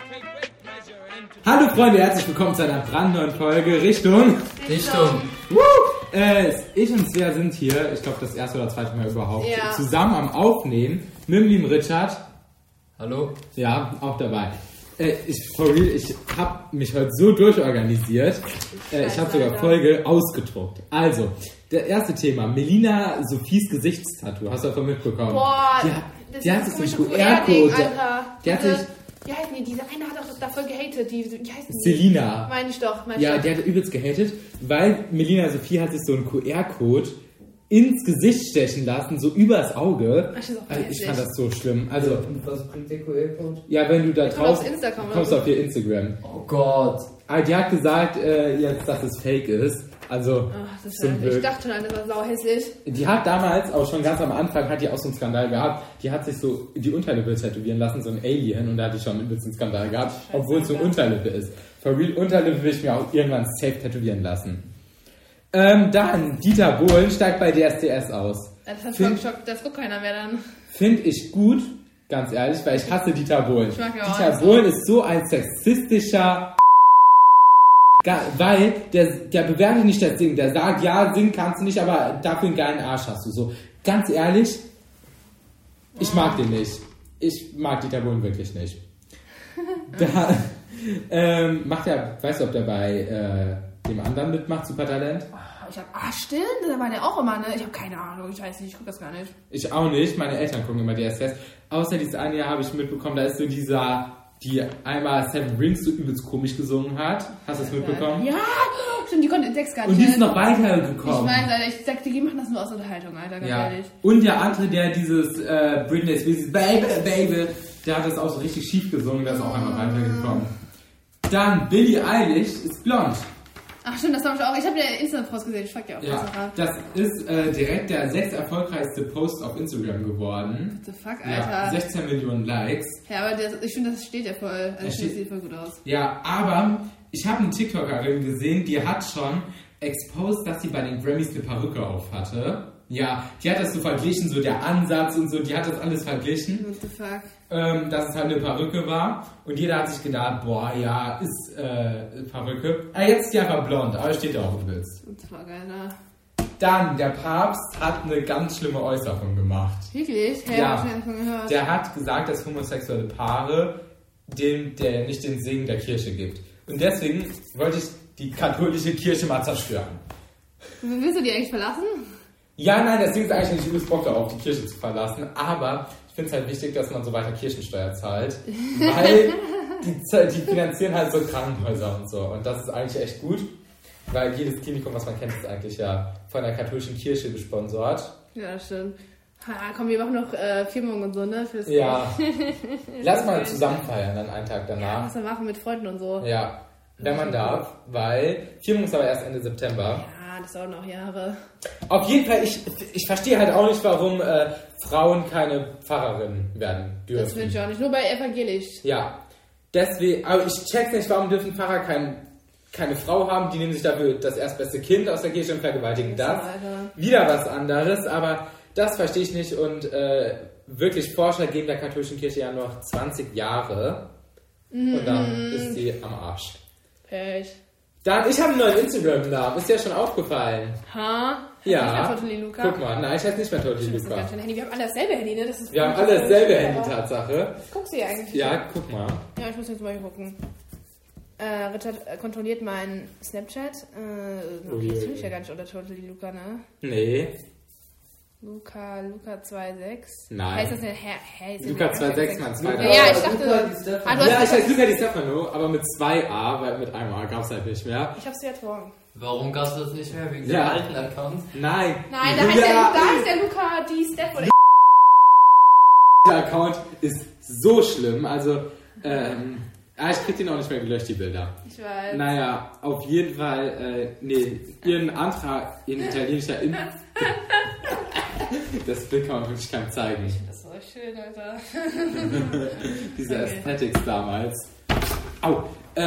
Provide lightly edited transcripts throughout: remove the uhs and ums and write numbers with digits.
Hallo Freunde, herzlich willkommen zu einer brandneuen Folge Richtung. Ich und Svea sind hier, ich glaube das erste oder zweite Mal überhaupt, zusammen am Aufnehmen mit dem lieben Richard. Hallo. Ja, auch dabei. Ich habe mich heute so durchorganisiert, ich habe sogar Folge ausgedruckt. Also, das erste Thema, Melina Sophies Gesichtstattoo, hast du davon mitbekommen? Boah, die hat sich so einen QR-Code. Die hat sich... Wie heißt die? Diese eine hat doch dafür gehatet. Wie heißt die? Selina. Meine ich doch. Die hat übelst gehatet, weil Melina Sophie hat sich so einen QR-Code ins Gesicht stechen lassen, so übers Auge. Ich fand das so schlimm. Also, und was bringt der QR-Code? Ja, wenn du da drauf kommst auf ihr Instagram. Oh Gott. Aber die hat gesagt, jetzt, dass es fake ist. Also, ich dachte schon, das war sau hässlich. Die hat damals, auch schon ganz am Anfang, hat die auch so einen Skandal gehabt. Die hat sich so die Unterlippe tätowieren lassen, so ein Alien. Und da hatte ich schon ein bisschen Skandal gehabt, obwohl es so eine Unterlippe ist. For real, Unterlippe will ich mir auch irgendwann safe tätowieren lassen. Dann, Dieter Bohlen steigt bei DSDS aus. Das hat voll geschockt, das guckt keiner mehr dann. Finde ich gut, ganz ehrlich, weil ich hasse Dieter Bohlen. Dieter Bohlen ist so ein sexistischer... Weil der bewertet nicht das Singen, der sagt, ja, singen kannst du nicht, aber dafür einen geilen Arsch hast du. So, ganz ehrlich, ich mag den nicht. Ich mag Dieter Bohlen wirklich nicht. Da macht er, weißt du, ob der bei dem anderen mitmacht, Supertalent? Stimmt, da war der auch immer, ne? Ich habe keine Ahnung, ich weiß nicht, ich gucke das gar nicht. Ich auch nicht, meine Eltern gucken immer DSDS. Außer dieses eine Jahr habe ich mitbekommen, da ist so dieser... die einmal Seven Rings so übelst komisch gesungen hat. Hast du das mitbekommen? Ja, stimmt, die konnte den Text gar nicht. Und die ist noch weitergekommen. Ich weiß, Alter, ich sag, die machen das nur aus Unterhaltung, Alter, ganz ehrlich. Und der andere, der dieses Britney Spears Baby, Baby, der hat das auch so richtig schief gesungen, der ist auch einmal weitergekommen. Dann, Billie Eilish ist blond. Ach stimmt, das habe ich auch. Ich habe ja Instagram-Post gesehen, ich frag dir auch. Ja, das ist direkt der 6. erfolgreichste Post auf Instagram geworden. What the fuck, Alter? Ja, 16 Millionen Likes. Ja, aber ich finde, das steht ja voll. Also das sieht voll gut aus. Ja, aber ich habe eine TikTokerin gesehen, die hat schon exposed, dass sie bei den Grammys eine Perücke auf hatte. Ja, die hat das so verglichen, so der Ansatz und so, die hat das alles verglichen. What the fuck? Dass es halt eine Perücke war. Und jeder hat sich gedacht, boah, ja, ist Perücke. Jetzt ist die einfach blond, aber steht ja auch, wo du willst. What the fuck, Alter? Dann, der Papst hat eine ganz schlimme Äußerung gemacht. Wirklich? Hey, ja, hab ich davon gehört. Der hat gesagt, dass homosexuelle Paare der nicht den Segen der Kirche gibt. Und deswegen wollte ich die katholische Kirche mal zerstören. Willst du die eigentlich verlassen? Ja, nein, deswegen ist eigentlich nicht übelst Bock darauf, die Kirche zu verlassen. Aber ich finde es halt wichtig, dass man so weiter Kirchensteuer zahlt. Weil die finanzieren halt so Krankenhäuser und so. Und das ist eigentlich echt gut. Weil jedes Klinikum, was man kennt, ist eigentlich ja von der katholischen Kirche gesponsert. Ja, das stimmt. Komm, wir machen noch Firmung und so, ne? Ja. Lass mal zusammen feiern, dann einen Tag danach. Ja, was wir machen mit Freunden und so. Ja, wenn man darf, weil Firmung ist aber erst Ende September. Ja, das dauert noch Jahre. Auf jeden Fall, ich verstehe halt auch nicht, warum Frauen keine Pfarrerin werden dürfen. Das finde ich auch nicht, nur bei evangelisch. Ja, deswegen, aber ich check nicht, warum dürfen Pfarrer keine Frau haben, die nehmen sich dafür das erstbeste Kind aus der Kirche und vergewaltigen das. Wieder was anderes, aber das verstehe ich nicht und wirklich Forscher geben der katholischen Kirche ja noch 20 Jahre und dann ist sie am Arsch. Pech. Dann, ich habe einen neuen Instagram-Namen, ist dir ja schon aufgefallen? Ha? Ja. Luca? Guck mal, nein, ich heiße nicht mehr Totally Luca. Wir haben alle dasselbe Handy, ne? Wir haben alle dasselbe Handy, Tatsache. Guckst du hier eigentlich? Ja, guck mal. Ja, ich muss jetzt mal hier gucken. Richard kontrolliert meinen Snapchat. Das finde ich ja gar nicht unter Totally Luca, ne? Nee. Luca 2.6. Nein. Heißt das denn Luca 2.6, mein zweiter. Ja, ich dachte... Ja, ich heiße Luca Di Stefano, aber mit 2a, weil mit einem a gab es halt nicht mehr. Ich hab's dir jetzt morgen. Warum gab es das nicht mehr? Wegen dem alten Account? Nein. Nein, da heißt der Luca Di Stefano. Der Account ist so schlimm, also, ich krieg den auch nicht mehr gelöscht, die Bilder. Ich weiß. Naja, auf jeden Fall, ihren Antrag in italienischer das Bild kann man wirklich keinem zeigen. Ich finde das so schön, Alter. Diese Aesthetics damals. Au.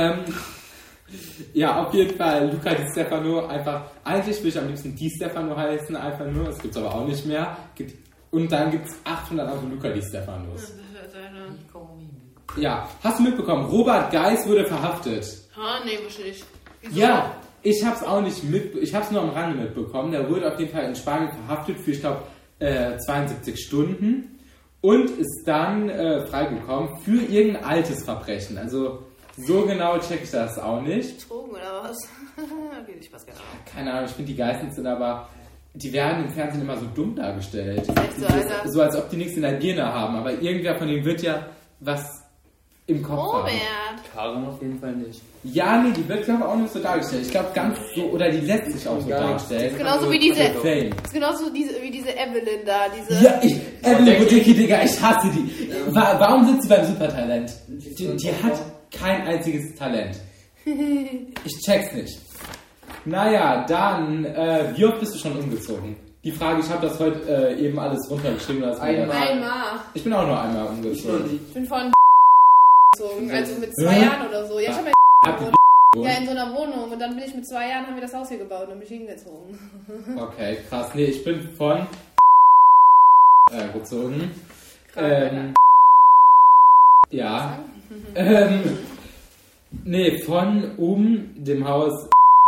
Ja, auf jeden Fall Luca Di Stefano einfach. Eigentlich will ich am liebsten Di Stefano heißen, einfach nur. Das gibt's aber auch nicht mehr. Und dann gibt's 800 andere Luca Di Stefanos. Ja, hast du mitbekommen, Robert Geis wurde verhaftet. Nee, bestimmt. Wieso? Ja, ich hab's auch nicht ich hab's nur am Rande mitbekommen. Der wurde auf jeden Fall in Spanien verhaftet für, ich glaube, 72 Stunden und ist dann freigekommen für irgendein altes Verbrechen. Also so genau check ich das auch nicht. Drogen oder was? Okay, ich weiß gar nicht. Keine Ahnung, ich finde die Geiseln sind aber, die werden im Fernsehen immer so dumm dargestellt. Echt so, Alter? So als ob die nichts in der Birne haben, aber irgendwer von denen wird ja was im Kopf haben. Karin auf jeden Fall nicht. Ja, nee, die wird, glaube ich, auch nicht so dargestellt. Ich glaube, ganz so, oder die lässt sich auch so darstellen. Das ist genauso wie diese, wie diese Evelyn da, diese... Ja, Evelyn Bodicki, Digga, ich hasse die. Ja. Warum sitzt sie beim Supertalent? Die hat kein einziges Talent. Ich check's nicht. Naja, dann, wie oft bist du schon umgezogen? Die Frage, ich habe das heute eben alles runtergeschrieben. Einmal. Ich bin auch nur einmal umgezogen. Ich bin von umgezogen, also mit 2 Jahren oder so. Ja, ich habe ja in so einer Wohnung und dann bin ich mit 2 Jahren, haben wir das Haus hier gebaut und bin ich hingezogen. Okay, krass. Nee, ich bin von gezogen. Ja. Nee, von dem Haus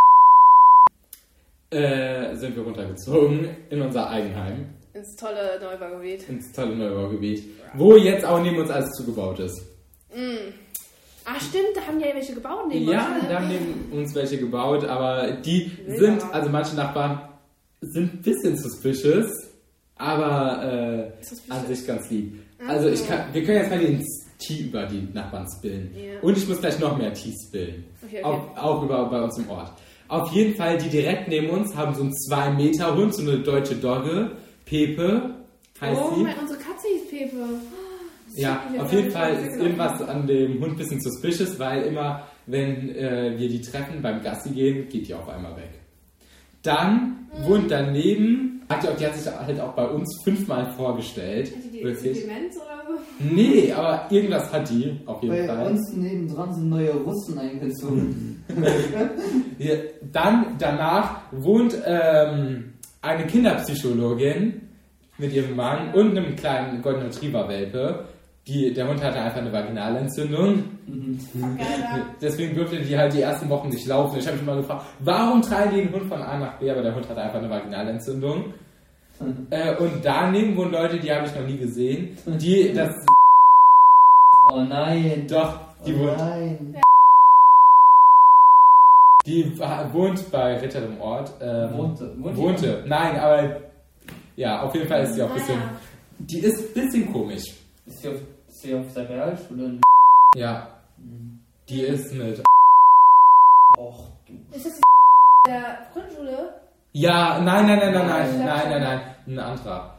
sind wir runtergezogen in unser Eigenheim. Ins tolle Neubaugebiet. Wo jetzt auch neben uns alles zugebaut ist. Ach stimmt, da haben ja welche gebaut neben uns. Ja, da haben neben uns welche gebaut, aber die sind, also manche Nachbarn sind ein bisschen suspicious, aber an sich ganz lieb. Also wir können jetzt mal den Tee über die Nachbarn spillen. Yeah. Und ich muss gleich noch mehr Tee spillen. Okay. Auch bei uns im Ort. Auf jeden Fall, die direkt neben uns haben so einen 2 Meter Hund, so eine deutsche Dogge. Pepe heißt sie. Unsere Katze hieß Pepe. Ja, auf jeden Fall ist irgendwas an dem Hund ein bisschen suspicious, weil immer, wenn wir die treffen beim Gassi gehen, geht die auf einmal weg. Dann wohnt daneben, die hat sich halt auch bei uns 5-mal vorgestellt. Hat die Demenz oder so? Nee, aber irgendwas hat die auf jeden Fall. Bei uns nebendran sind neue Russen eingezogen. Dann danach wohnt eine Kinderpsychologin mit ihrem Mann und einem kleinen Golden Retriever-Welpe. Der Hund hatte einfach eine Vaginalentzündung. Deswegen durfte die halt die ersten Wochen nicht laufen. Ich habe mich mal gefragt, warum treiben die den Hund von A nach B? Aber der Hund hatte einfach eine Vaginalentzündung. Und daneben wohnen Leute, die habe ich noch nie gesehen. Oh nein. Doch, die wohnt. Nein. Die wohnt bei Ritter im Ort. Wohnte. Nein, aber ja, auf jeden Fall ist sie auch ein bisschen. Die ist ein bisschen komisch. Ist sie auf der Realschule? Ja. Die ist mit. Och, du. Ist das der Grundschule? Ja, nein. Ein anderer.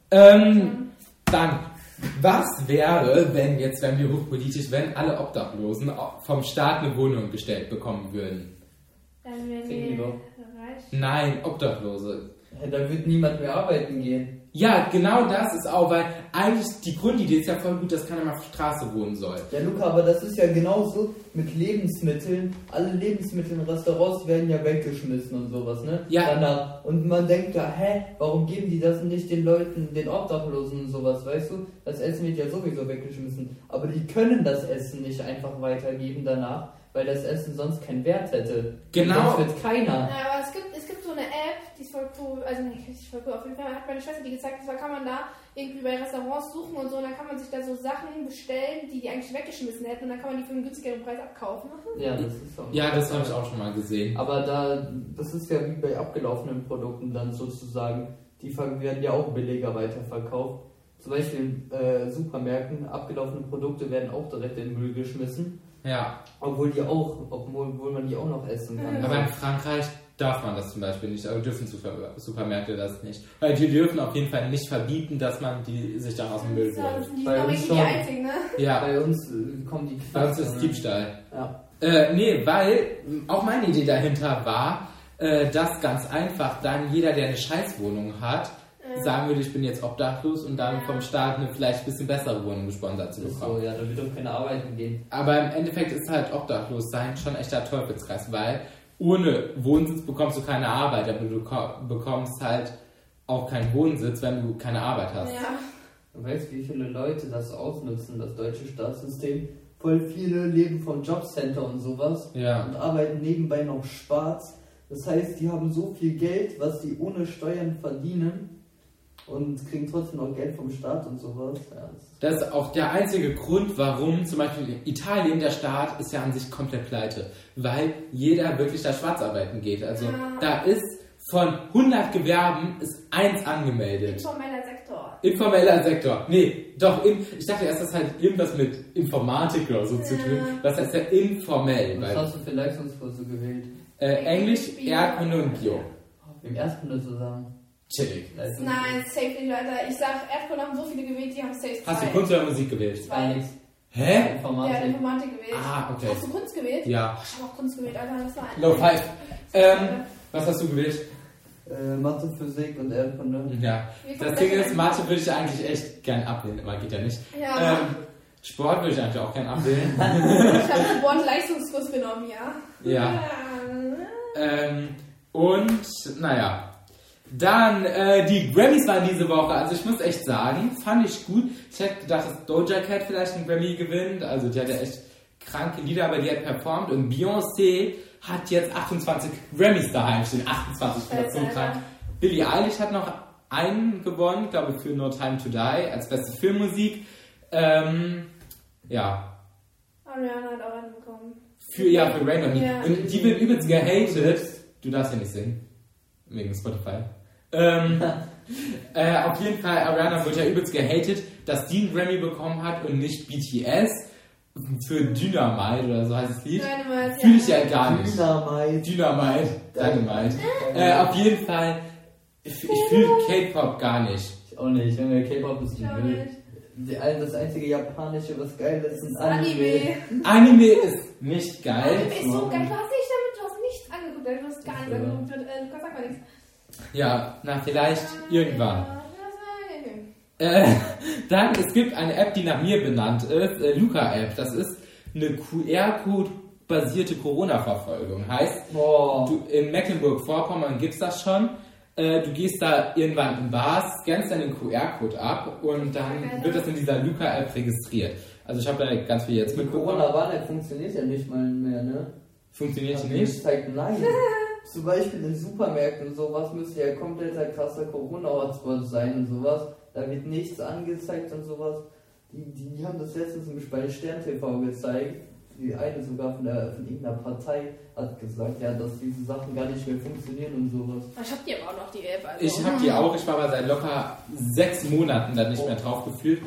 Dann, was wäre, wenn wir hochpolitisch, wenn alle Obdachlosen vom Staat eine Wohnung gestellt bekommen würden? Dann wären wir reich. Nein, Obdachlose. Ja, da wird niemand mehr arbeiten gehen. Ja, genau das ist auch, weil eigentlich die Grundidee ist ja voll gut, dass keiner mehr auf der Straße wohnen soll. Ja, Luca, aber das ist ja genauso mit Lebensmitteln. Alle Lebensmittel in Restaurants werden ja weggeschmissen und sowas, ne? Ja. Danach. Und man denkt ja, warum geben die das nicht den Leuten, den Obdachlosen und sowas, weißt du? Das Essen wird ja sowieso weggeschmissen. Aber die können das Essen nicht einfach weitergeben danach, weil das Essen sonst keinen Wert hätte. Genau. Sonst wird keiner. Ja, aber es gibt so eine App, die ist voll cool, also nicht richtig voll cool, auf jeden Fall hat meine Schwester die gezeigt, zwar kann man da irgendwie bei Restaurants suchen und so, und dann kann man sich da so Sachen bestellen, die eigentlich weggeschmissen hätten, und dann kann man die für einen günstigeren Preis abkaufen. Ja, das ist auch. Ja, das habe ich auch schon mal gesehen. Aber das ist ja wie bei abgelaufenen Produkten dann sozusagen, die werden ja auch billiger weiterverkauft. Zum Beispiel in Supermärkten, abgelaufene Produkte werden auch direkt in den Müll geschmissen. Ja. Obwohl man die auch noch essen kann. Aber in Frankreich darf man das zum Beispiel nicht, aber dürfen Supermärkte das nicht. Weil die dürfen auf jeden Fall nicht verbieten, dass man die sich dann aus dem Müll holt. Bei uns schon. Die einzigen, ne? Ja. Bei uns kommen die. Bei uns ist es Diebstahl. Ja. Nee, weil auch meine Idee dahinter war, dass ganz einfach dann jeder, der eine Scheißwohnung hat, sagen würde, ich bin jetzt obdachlos und dann vom Staat eine vielleicht ein bisschen bessere Wohnung gesponsert zu bekommen. So, ja, da wird doch keine Arbeiten gehen. Aber im Endeffekt ist halt obdachlos sein schon echter Teufelskreis, weil ohne Wohnsitz bekommst du keine Arbeit, aber du bekommst halt auch keinen Wohnsitz, wenn du keine Arbeit hast. Ja. Du weißt, wie viele Leute das ausnutzen, das deutsche Staatssystem. Voll viele leben vom Jobcenter und sowas und arbeiten nebenbei noch schwarz. Das heißt, die haben so viel Geld, was sie ohne Steuern verdienen und kriegen trotzdem noch Geld vom Staat und sowas. Ja, das ist auch der einzige Grund, warum zum Beispiel Italien, der Staat, ist ja an sich komplett pleite. Weil jeder wirklich da schwarz arbeiten geht. Also da ist von 100 Gewerben ist 1 angemeldet. Informeller Sektor. Nee, doch, ich dachte erst, das hat irgendwas mit Informatik oder so zu tun. Das heißt ja informell. Was hast du für Leistungskurse gewählt? Englisch, Erdkunde und Bio. Im Erdkunde zusammen. Chillig. Nein, safe nicht, Leute. Ich sag, Erdkunde haben so viele gewählt, die haben safe 2. Hast du Kunst oder Musik gewählt? 2. Hä? Informatik. Ja, Informatik gewählt. Ah, okay. Hast du Kunst gewählt? Ja. Ich habe auch Kunst gewählt, Alter. Das war Low five. Was hast du gewählt? Mathe, Physik und Erdkunde. Ja. Das Ding ist, Mathe würde ich eigentlich echt gern abwählen, aber geht ja nicht. Ja. Sport würde ich eigentlich auch gern abwählen. Ich habe Sport-Leistungskurs genommen, ja. Ja. Und, naja. Dann, die Grammys waren diese Woche, also ich muss echt sagen, fand ich gut. Ich hätte gedacht, dass Doja Cat vielleicht einen Grammy gewinnt, also die hat ja echt kranke Lieder, aber die hat performt und Beyoncé hat jetzt 28 Grammys daheim stehen, 28, ich bin das so krank. Billie Eilish hat noch einen gewonnen, glaube ich, für No Time to Die, als beste Filmmusik. Ja. Ariana hat auch einen bekommen. Für Rainbow. Ja. Und die wird übelst gehatet. Du darfst ja nicht singen. Wegen Spotify. Auf jeden Fall, Ariana wird ja übelst gehatet, dass die einen Grammy bekommen hat und nicht BTS für Dynamite oder so heißt das Lied. Dynamite. Fühle ich ja gar nicht. Dynamite. Auf jeden Fall, ich fühle K-Pop gar nicht. Ich auch nicht, Junge, K-Pop ist wild. Das einzige Japanische, was geil ist, sind Anime. Anime ist nicht geil. Anime ist so geil. Du hast nichts angeguckt, du hast gar nichts angeguckt. Sag mal nichts. Ja, na vielleicht irgendwann. Dann, es gibt eine App, die nach mir benannt ist, Luca-App. Das ist eine QR-Code-basierte Corona-Verfolgung. Heißt, in Mecklenburg-Vorpommern gibt es das schon. Du gehst da irgendwann in Bars, scannst dann den QR-Code ab und dann wird das in dieser Luca-App registriert. Also ich habe da ganz viel jetzt mit Corona-Warn-App funktioniert ja nicht mal mehr, ne? Funktioniert nicht? Zeigt nein. Zum Beispiel in Supermärkten und sowas müsste ja kompletter krasser Corona-Hotspot sein und sowas. Da wird nichts angezeigt und sowas. Die haben das letztens bei Stern TV gezeigt. Die eine sogar von irgendeiner Partei hat gesagt, ja, dass diese Sachen gar nicht mehr funktionieren und sowas. Ich hab die aber auch noch, die App. Also. Ich hab die auch. Ich war aber seit locker 6 Monaten da nicht mehr drauf gefühlt.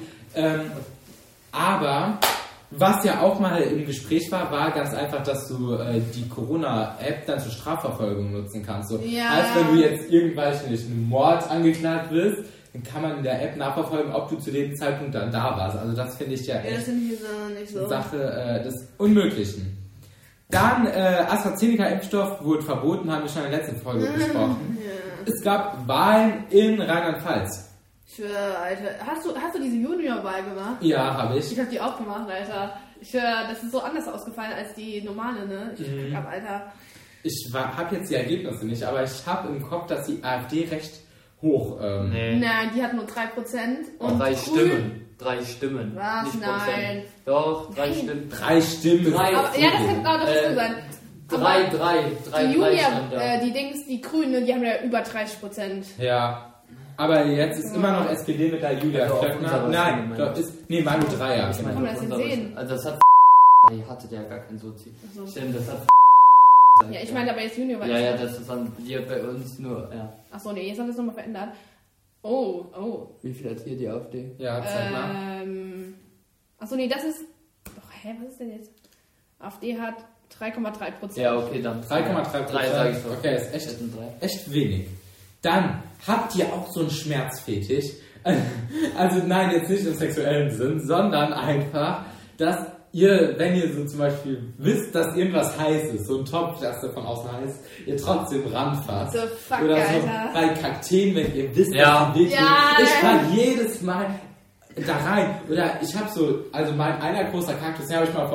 Aber was ja auch mal im Gespräch war ganz einfach, dass du die Corona-App dann zur Strafverfolgung nutzen kannst. So, als wenn du jetzt irgendwelchen Mord angeklagt wirst, dann kann man in der App nachverfolgen, ob du zu dem Zeitpunkt dann da warst. Also das finde ich ja echt das finde ich nicht so. Sache des Unmöglichen. Dann AstraZeneca-Impfstoff wurde verboten, haben wir schon in der letzten Folge besprochen. Ja. Es gab Wahlen in Rheinland-Pfalz. Ich schwöre, Alter. Hast du diese Junior-Wahl gemacht? Ja, habe ich. Ich habe die auch gemacht, Alter. Ich schwöre, das ist so anders ausgefallen als die normale, ne? Ich hab, Alter. Ich habe jetzt die Ergebnisse nicht, aber ich habe im Kopf, dass die AfD recht hoch... Nein, die hat nur 3%. Und 3 Stimmen. 3 Stimmen. Was? Nicht Nein. Prozent. Doch, 3 Stimmen. 3 Stimmen. Aber, ja, das kann sein. 3. Die Junior, die Grünen, die haben ja über 30%. Ja. Aber jetzt ist immer noch SPD mit der Julia Klöckner. Nein, Manu Dreier. Wie kann man das denn sehen? Also das hat hatte der gar kein Sozi. Stimmt, das hat ja, ich meine aber jetzt Junior. Ja, das ist dann hier bei uns nur, ja. Achso, nee, jetzt haben wir es nochmal verändert. Oh. Wie viel hat hier die AfD? Ja, zeig mal. Achso, nee, das ist... Doch, was ist denn jetzt? AfD hat 3,3%. Ja, okay, dann 3,3%. Sag ich so. Okay, ist echt wenig. Dann habt ihr auch so einen Schmerzfetisch. Also nein, jetzt nicht im sexuellen Sinn, sondern einfach, dass ihr, wenn ihr so zum Beispiel wisst, dass irgendwas heiß ist, so ein Topf, das von außen heiß, ihr trotzdem ranfasst. So fuck, oder so Alter. bei Kakteen, wenn ihr wisst, ja. dass die wehtun. Ich fall jedes Mal da rein. Oder ich habe so, also mein einer großer Kaktus, den habe ich mal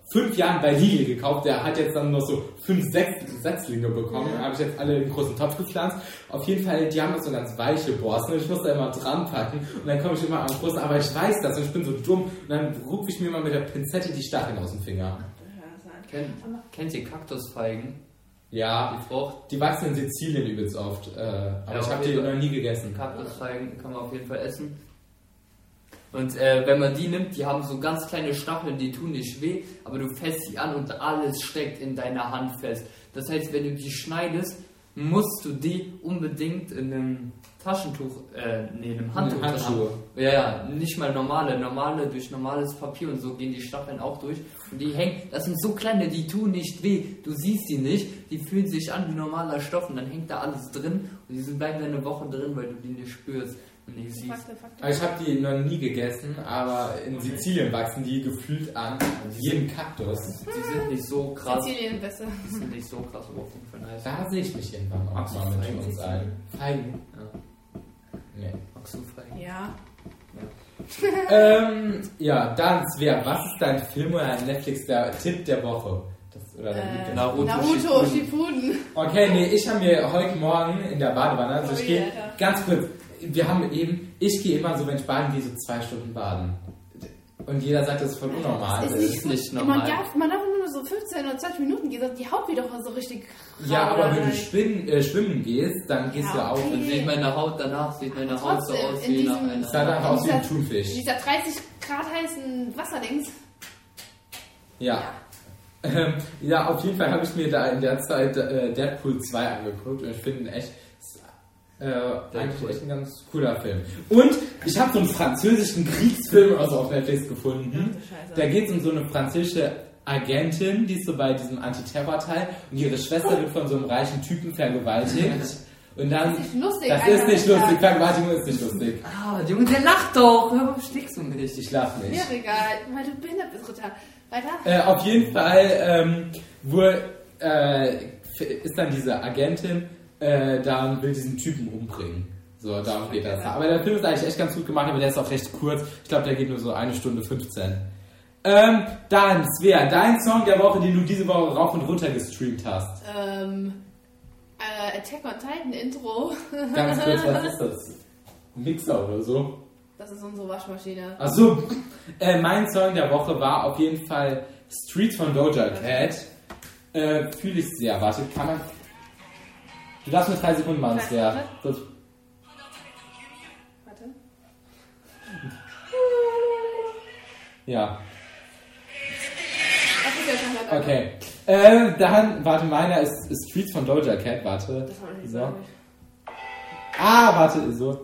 5 Jahren bei Lidl gekauft. Der hat jetzt dann noch so 5 Setzlinge bekommen. Habe ich jetzt alle in den großen Topf gepflanzt. Auf jeden Fall, die haben noch so ganz weiche Borsten und ich muss da immer dran packen und dann komme ich immer am großen, aber ich weiß das und ich bin so dumm und dann rupfe ich mir mal mit der Pinzette die Stacheln aus dem Finger. Kennt ihr Kaktusfeigen? Ja, die Frucht. Die wachsen in Sizilien übelst oft, aber ich habe die noch nie gegessen. Kaktusfeigen kann man auf jeden Fall essen. Und wenn man die nimmt, die haben so ganz kleine Stacheln, die tun nicht weh, aber du fässt sie an und alles steckt in deiner Hand fest. Das heißt, wenn du die schneidest, musst du die unbedingt in einem Taschentuch, in einem Handtuch haben. Ja, nicht mal normale, durch normales Papier und so gehen die Stacheln auch durch. Und die hängen, das sind so kleine, die tun nicht weh, du siehst die nicht, die fühlen sich an wie normaler Stoff und dann hängt da alles drin und die bleiben dann eine Woche drin, weil du die nicht spürst. Ich habe die noch nie gegessen, aber in Sizilien wachsen die gefühlt an jedem Kaktus. Die sind nicht so krass. Sizilien besser. Die sind nicht so krass, aber auf jeden Fall nice. Da sehe ich mich irgendwann auch mal mit uns ein. Feigen? Ja. Nee. Magst du Feigen? Ja. Ja, dann Svea, was ist dein Film oder ein Netflix der Tipp der Woche? Naruto Shippuden. Okay, nee, ich habe mir heute Morgen in der Badewanne, also ich gehe ganz kurz, ich gehe immer so, wenn ich baden gehe, so 2 Stunden baden. Und jeder sagt, das ist voll unnormal. Das ist nicht normal. Man darf nur so 15 oder 20 Minuten gehen, die Haut wird doch so richtig grau. Ja, aber wenn du schwimmen gehst, dann gehst du auch. Dann sieht meine Haut danach, sieht meine Haut so aus wie nach einer... Es sah einfach aus wie ein Thunfisch. In dieser 30 Grad heißen Wasserdings. Ja. Ja, auf jeden Fall habe ich mir da in der Zeit Deadpool 2 angeguckt und ich finde echt eigentlich echt ein ganz cooler Film. Und ich habe so einen französischen Kriegsfilm also auf Netflix gefunden. Da geht es um so eine französische Agentin, die ist so bei diesem Antiterror-Teil und ihre Schwester wird von so einem reichen Typen vergewaltigt. Und dann, das ist nicht lustig. Das ist nicht lustig, Vergewaltigung ist nicht lustig. Ah, Junge, der lacht doch. Warum stickst du nicht? Ich lach nicht. Mir egal, weil du behindert bist, Ritter. Weiter? Auf jeden Fall ist dann diese Agentin da und will diesen Typen umbringen. So, darum geht das. Aber der Film ist eigentlich echt ganz gut gemacht, aber der ist auch recht kurz. Ich glaube, der geht nur so 1 Stunde 15. Dann, Svea, dein Song der Woche, den du diese Woche rauf und runter gestreamt hast. Attack on Titan Intro. Ganz kurz, was ist das? Ein Mixer oder so? Das ist unsere Waschmaschine. Achso, mein Song der Woche war auf jeden Fall Streets von Doja Cat. Fühle ich sehr. Warte, kann man... Du darfst mit 3 Sekunden machen, Svea. Warte. Ja. Das ist ja okay. Dann, warte, meiner ist Streets von Doja Cat. Warte. Das war nicht so. so. Warte, so.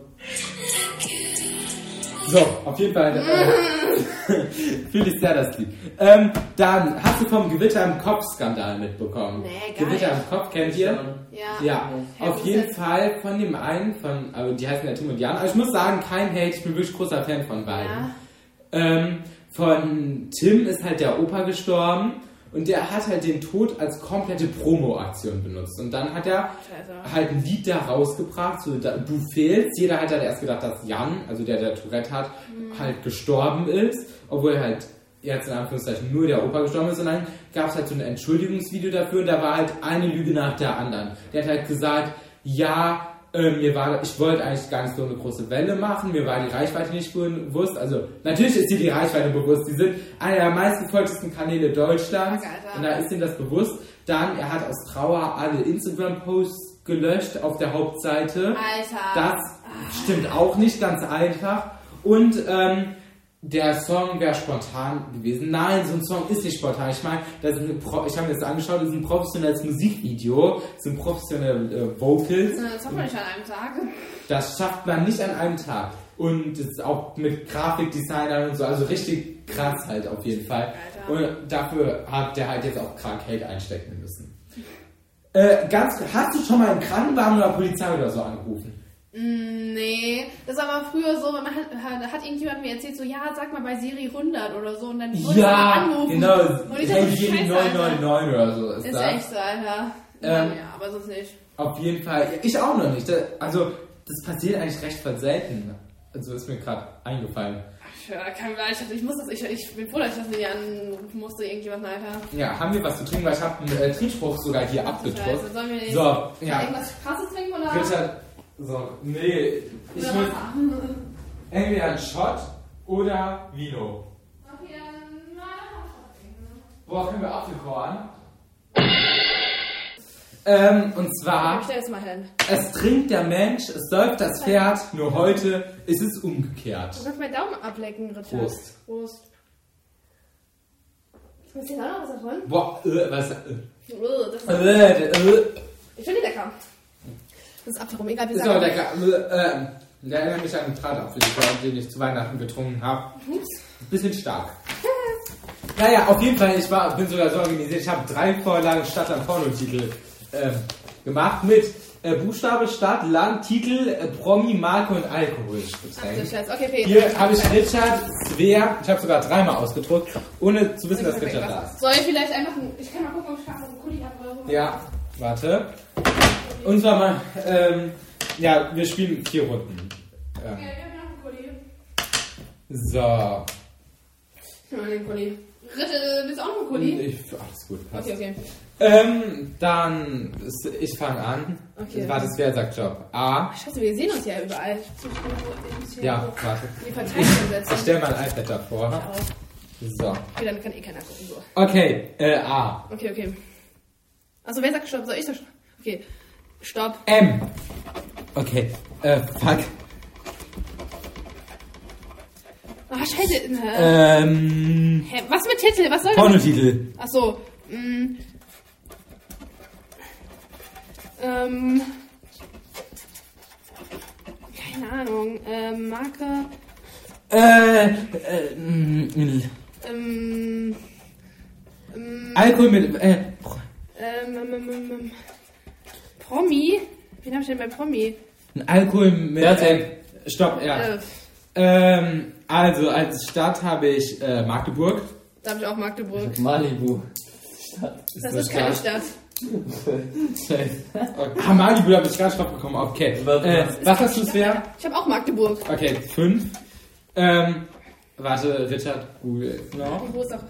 So, auf jeden Fall fühle ich sehr das Lied. Dann hast du vom Gewitter im Kopf-Skandal mitbekommen. Nee, gar Gewitter nicht. im Kopf, kennt ihr? Ja. Auf jeden Fall von dem einen, also die heißen ja Tim und Jan. Aber ich muss sagen, kein Hate, ich bin wirklich großer Fan von beiden. Ja. Von Tim ist halt der Opa gestorben. Und der hat halt den Tod als komplette Promo-Aktion benutzt. Und dann hat er halt ein Lied da rausgebracht, so Du fehlst. Jeder hat halt erst gedacht, dass Jan, also der Tourette hat, halt gestorben ist. Obwohl halt jetzt in Anführungszeichen nur der Opa gestorben ist. Und dann gab es halt so ein Entschuldigungsvideo dafür. Und da war halt eine Lüge nach der anderen. Der hat halt gesagt, ja, ich wollte eigentlich gar nicht so eine große Welle machen, mir war die Reichweite nicht bewusst, also natürlich ist dir die Reichweite bewusst, die sind einer der meistgefolgtesten Kanäle Deutschlands und da ist ihm das bewusst. Dann, er hat aus Trauer alle Instagram-Posts gelöscht auf der Hauptseite. Alter. Das stimmt auch nicht ganz einfach. Und der Song wäre spontan gewesen. Nein, so ein Song ist nicht spontan. Ich meine, ich habe mir das angeschaut, das ist ein professionelles Musikvideo, das sind professionelle Vocals. Das schafft man nicht an einem Tag. Das schafft man nicht an einem Tag. Und das ist auch mit Grafikdesignern und so, also richtig krass halt auf jeden Fall. Alter. Und dafür hat der halt jetzt auch krank Geld einstecken müssen. Hast du schon mal einen Krankenwagen oder Polizei oder so angerufen? Nee, das war aber früher so, man hat irgendjemand mir erzählt, so, ja, sag mal bei Siri 100 oder so, und dann wurde man anrufen. Genau, und ich dachte, Siri 999 oder so ist das. Echt so, Alter. Ja, aber sonst nicht. Auf jeden Fall, ich auch noch nicht. Also, das passiert eigentlich recht selten. Also, ist mir gerade eingefallen. Ja, kein Gleich. Ich bin froh, dass ich das nicht anrufen musste, irgendjemand, Alter. Ja, haben wir was zu trinken, weil ich habe einen Trinkspruch sogar hier abgedruckt. Sollen wir jetzt So, ja. irgendwas Krasses trinken oder? Richard, so, nee. Ich will entweder einen Shot oder Vino. Okay, dann mal Shot trinken. Boah, können wir Apfelkorn? Und zwar, Ich stell es mal hin. es trinkt der Mensch, es säuft das Pferd, nur heute ist es umgekehrt. Du kannst meinen Daumen ablecken, Richard. Prost. Prost. Ist hier noch was davon? Boah, was? Das ist ich finde die lecker. Das ist Apfelrum, egal wie Ist aber lecker. Der erinnert mich an einen Bratapfellikör, den ich zu Weihnachten getrunken habe. Bisschen stark. Naja, auf jeden Fall, bin sogar so organisiert, ich habe 3 Vorlagen Stadtland-Pornotitel gemacht mit Buchstabe, Stadt, Land, Titel, Promi, Marke und Alkohol. Ach du Scheiße, okay, Peter. Hier habe ich Richard, Svea, ich habe sogar 3-mal ausgedruckt, ohne zu wissen, dass Richard da ist. Soll ich vielleicht einfach ich kann mal gucken, ob ich noch einen Kuli habe oder so. Ja, warte. Und zwar mal, ja, wir spielen 4 Runden. Okay, wir haben noch einen Kuli. So. Ich will den Kuli. Ritte, willst du auch noch einen Kuli? Alles gut, passt. Okay. Dann, ich fange an. Okay. Warte, wer sagt Job? A. Scheiße, wir sehen uns ja überall. Ja, warte. Die Verteilung setzen. Ich stelle mal ein iPad davor. So. Okay, dann kann keiner gucken. So. Okay, A. Okay. Also wer sagt Stopp? Soll ich sagen? Okay. Stopp. M. Okay, fuck. Ah, scheiße. Hä? Was mit Titel? Was soll das? Pornotitel. Achso. Keine Ahnung. Marke. Alkohol mit, Promi? Wen hab ich denn bei Promi? Alkohol mit, stopp, ja. Also, als Stadt habe ich, Magdeburg. Da habe ich auch Magdeburg. Malibu. Das ist keine Stadt. Scheiße. Okay. Malibu habe ich gerade drauf bekommen. Okay. Was hast du, Svea? Ich habe auch Magdeburg. Okay, 5. Warte, Richard, Google noch. Wo ist doch?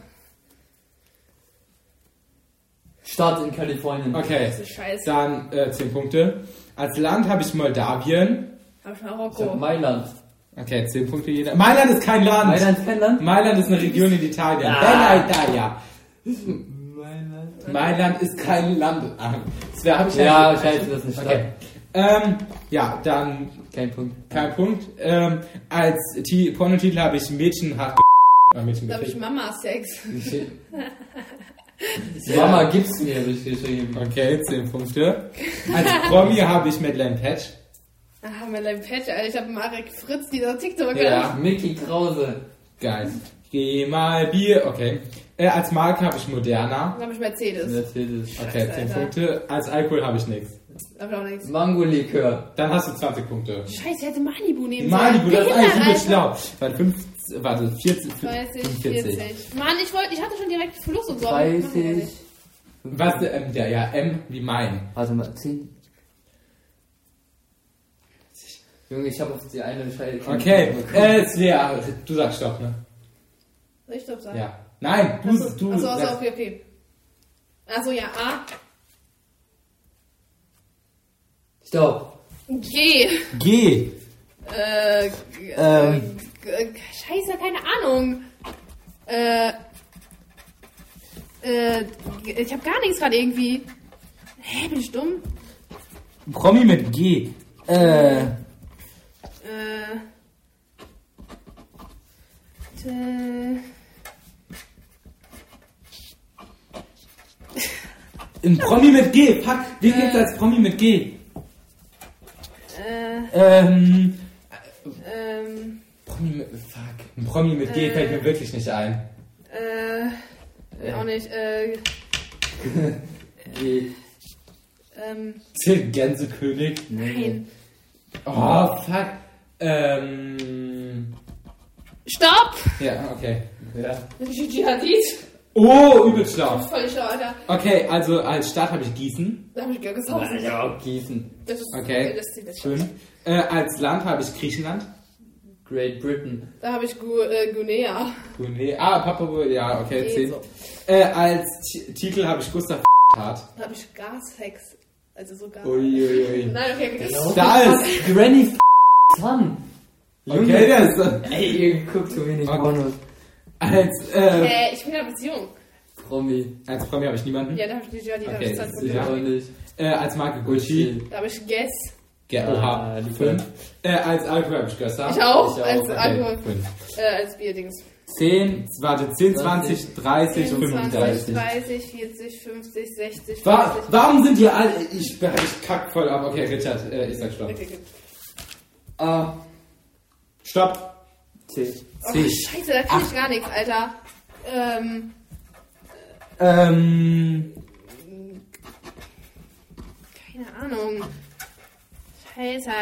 Stadt in Kalifornien. Okay, Das ist scheiße. dann 10 Punkte. Als Land habe ich Moldawien. Hab ich Ich hab Marokko. Mailand. Okay, 10 Punkte jeder. Mailand ist kein Land. Mailand ist kein Land? Mailand ist eine Region in Italien. Ah. Bella Italia. Mailand. Mailand ist kein Land. Das habe ich Ja, scheiße, das ist nicht Okay. Ja, dann Kein Punkt. kein Punkt. Als Pornotitel habe ich Mädchen hat Mädchen Da habe ich gefickt. Mama Sex. Mama gibt's mir, habe ich geschrieben. Okay, 10 Punkte. Als Promi habe ich Madeleine Petsch. Ah, Madeleine Petsch, Alter. Ich habe Marek Fritz, dieser TikToker. Ja. Mickey Krause. Geil. Geh mal Bier. Okay. Als Marke habe ich Moderna. Dann habe ich Mercedes. Mercedes. Okay, 10 Alter. Punkte. Als Alkohol habe ich nichts. Da habe ich auch nichts. Mango-Likör. Dann hast du 20 Punkte. Scheiße, ich hätte Malibu nehmen Malibu, das ist eigentlich Behindert, super Alter. schlau. Warte, 40, 30, 45. 40. Mann, ich hatte schon direkt Fluss und so. 30. Was, ja, M wie mein. Warte mal, 10. Junge, ich habe auf die eine Scheiße. Okay, Svea, du sagst Stopp, ne? Soll ich Stopp sagen? Ja. Nein, du Achso, sagst. okay. Achso, ja, A. Stopp. G. G. Scheiße, keine Ahnung. Ich habe gar nichts gerade irgendwie. Hä, bin ich dumm? Promi mit G. Ein Promi mit G. Fuck, wie gibt's als Promi mit G? Promi mit. Fuck. Ein Promi mit G fällt mir wirklich nicht ein. Auch nicht. G. Till Gänsekönig. Nein. Oh, fuck. Stopp! Ja, okay. Ja. Gigi Hadid. Oh, übel schlau. Voll schlau, Alter. Okay, also als Stadt habe ich Gießen. Da habe ich Görgeshausen. Ja, Gießen. Das ist Okay. das ist Schön. Als Land habe ich Griechenland. Great Britain. Da habe ich Guinea. Papua, ja, okay, 10. So. Als Titel habe ich Gustav Tat. Da habe ich Gashex. Also so Gas. Uiuiui. Nein, okay. Da ist Granny Son. Okay, der ist... Ey, ihr guckt zu wenig Pornos. Als, ich bin ja Beziehung. Promi. Als Promi habe ich niemanden. Ja, da habe ich nicht, die Okay, habe ich ja. Nicht. Als Marke Gucci. Da habe ich Guess. Oha, die 5. Als Alkohol habe ich Gösser. Ich auch. Ich auch. Als Okay, Alkohol. 5. Als Bierdings. 10, 20, 30, 20, 35. 30, 40, 50, 60, 50. Warum sind hier alle... Ich kack voll ab. Okay, Richard, ich sag Stopp. Okay. Stopp. C. Oh, Scheiße, da kann ich gar nichts, Alter. Keine Ahnung. Scheiße.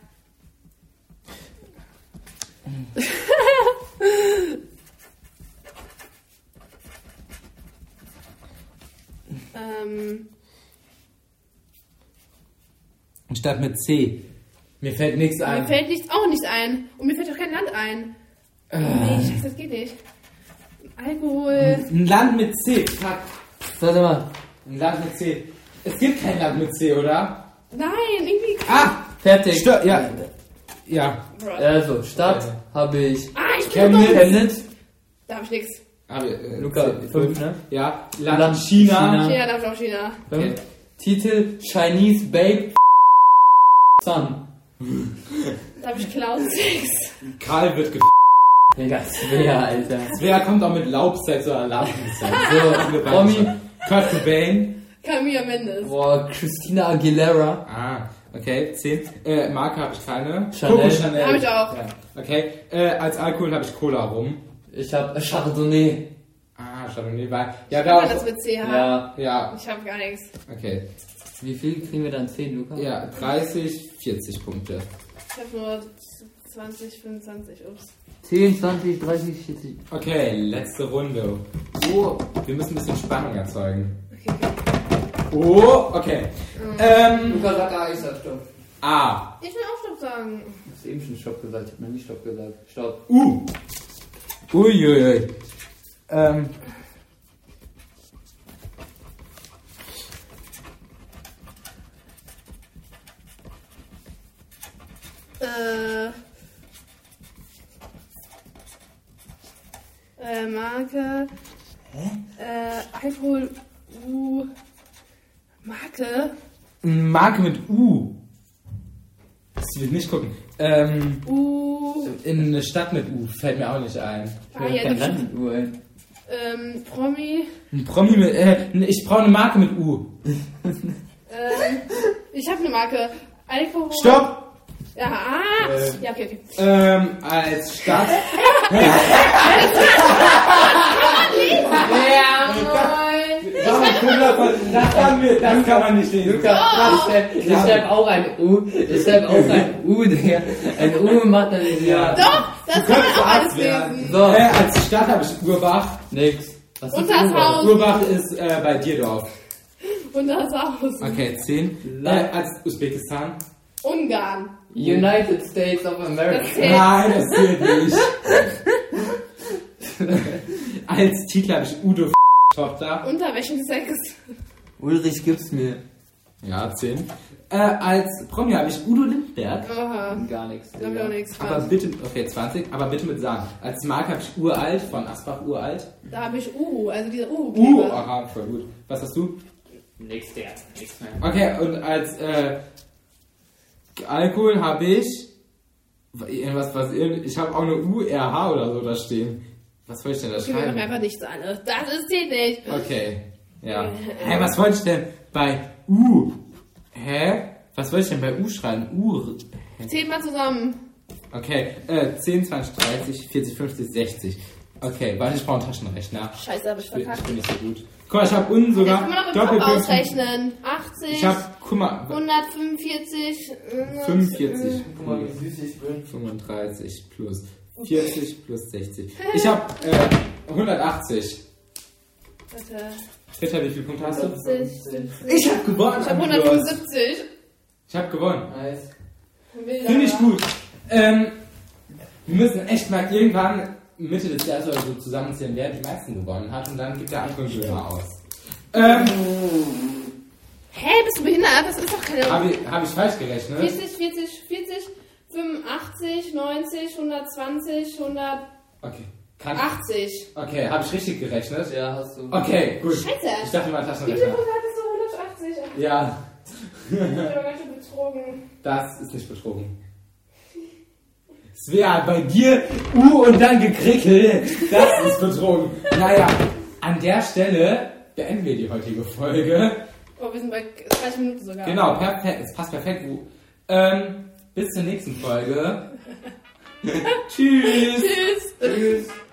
Statt mit C. Mir fällt nichts ein. Mir fällt auch nichts ein. Und mir fällt auch kein Land ein. Nee, Scheiße, das geht nicht. Alkohol. Ein Land mit C. Fuck. Warte mal. Ein Land mit C. Es gibt kein Land mit C, oder? Nein, irgendwie. Fertig. Ja. Ja. Also, Stadt habe ich Ich bin so dumm. Chemnitz. Da hab ich nichts. Luca, 5, ne? Ja. Land China. China, da hab ich auch China. 5. Okay. Titel Chinese Baked Sun. Da hab ich Cloud 6. Karl wird Digga, Svea, Alter. Wer kommt auch mit Laubsex oder Lampensex? So, Promi. Kurt Cobain. Camilla Mendes. Boah, Christina Aguilera. Okay, 10. Marke habe ich keine. Chanel. Coco Chanel. Hab ich auch. Ja. Okay, als Alkohol habe ich Cola rum. Ich hab Chardonnay. Chardonnay war... Ja, Kann man da das mit CH? Ja, Ich hab gar nichts. okay. Wie viel kriegen wir dann? 10, Luca? Ja, 30, 40 Punkte. Ich hab nur 20, 25, ups. 10, 20, 30, 40. Okay, letzte Runde. Oh, wir müssen ein bisschen Spannung erzeugen. Okay. Oh, okay. Luca sagt A, ich sag Stopp. A. Ich will auch Stopp sagen. Du hast eben schon Stopp gesagt, ich hab noch nie Stopp gesagt. Stopp. Uiuiui. Marke. Alkohol. Marke. Marke mit U. Das will ich nicht gucken. In eine Stadt mit U fällt mir auch nicht ein. Ja, Promi. Ein Promi mit. Ich brauche eine Marke mit U. Ich habe eine Marke. Alkohol. Stopp! Ja, ja, okay. Als Stadt. Das kann man nicht lesen. Luca, ich schreib auch ein U. Ich schreib auch ein U, Digga. Ein U macht dann ja. Doch, das kann man auch alles lesen. So. Als Stadt habe ich Urbach. Nix. Was ist Untershausen. Urbach ist bei Dierdorf. Untershausen. Okay, 10. Als Usbekistan. Ungarn. United States of America. Nein, das zählt nicht. Als Titel habe ich Udo Tochter. Unter welchem Sex? Ulrich gib's mir. Ja, 10. Als Promi habe ich Udo Lindberg. Aha. Gar nichts. Da hab ich auch nichts. Aber bitte, okay, 20, aber bitte mit sagen. Als Marke habe ich Uralt von Asbach Uralt. Da habe ich also diese Aha, voll gut. Was hast du? Nix mehr. Okay, und als Alkohol habe ich ich habe auch eine URH oder so da stehen. Was wollte ich denn da Okay, wir machen schreiben? einfach nichts an. Das ist zählt nicht. Okay, ja. Hä, was wollte ich denn bei U? Hä? Was wollte ich denn bei U schreiben? Zählt mal zusammen. Okay, 10, 20, 30, 40, 50, 60. Okay, warte, ich brauche einen Taschenrechner. Scheiße, hab ich verkackt. Ich bin nicht so gut. Guck mal, ich habe unten sogar Jetzt kann man doch im Kopf Doppelpunkt. ausrechnen. 80, Ich habe, guck mal, 145, 45, Guck mal, wie süß ich bin. 35 plus 40 plus 60. Ich habe 180. Warte. Peter, wie viele Punkte hast du? 50. Ich habe gewonnen. Ich habe 175. Ich habe gewonnen. Nice. Finde ich gut. Wir müssen echt mal irgendwann Mitte des Jahres oder so zusammenzählen, wer die meisten gewonnen hat und dann gibt der andere einen Döner aus. Hä, bist du behindert? Das ist doch keine... Hab ich falsch gerechnet? 40, 85, 90, 120, 100... Okay. 80. Okay, habe ich richtig gerechnet? Ja, hast du. Okay, gut. Scheiße. Ich dachte mal Wie Taschenrechner. viel Prozent hattest du? 180? Ja. Ich bin aber ganz schön betrogen. Das ist nicht betrogen. Svea, bei dir und dann gekrickel. Das ist betrogen. Naja, an der Stelle beenden wir die heutige Folge. Oh, wir sind bei 30 Minuten sogar. Genau, perfekt. Es passt perfekt. Bis zur nächsten Folge. Tschüss. Tschüss. Tschüss.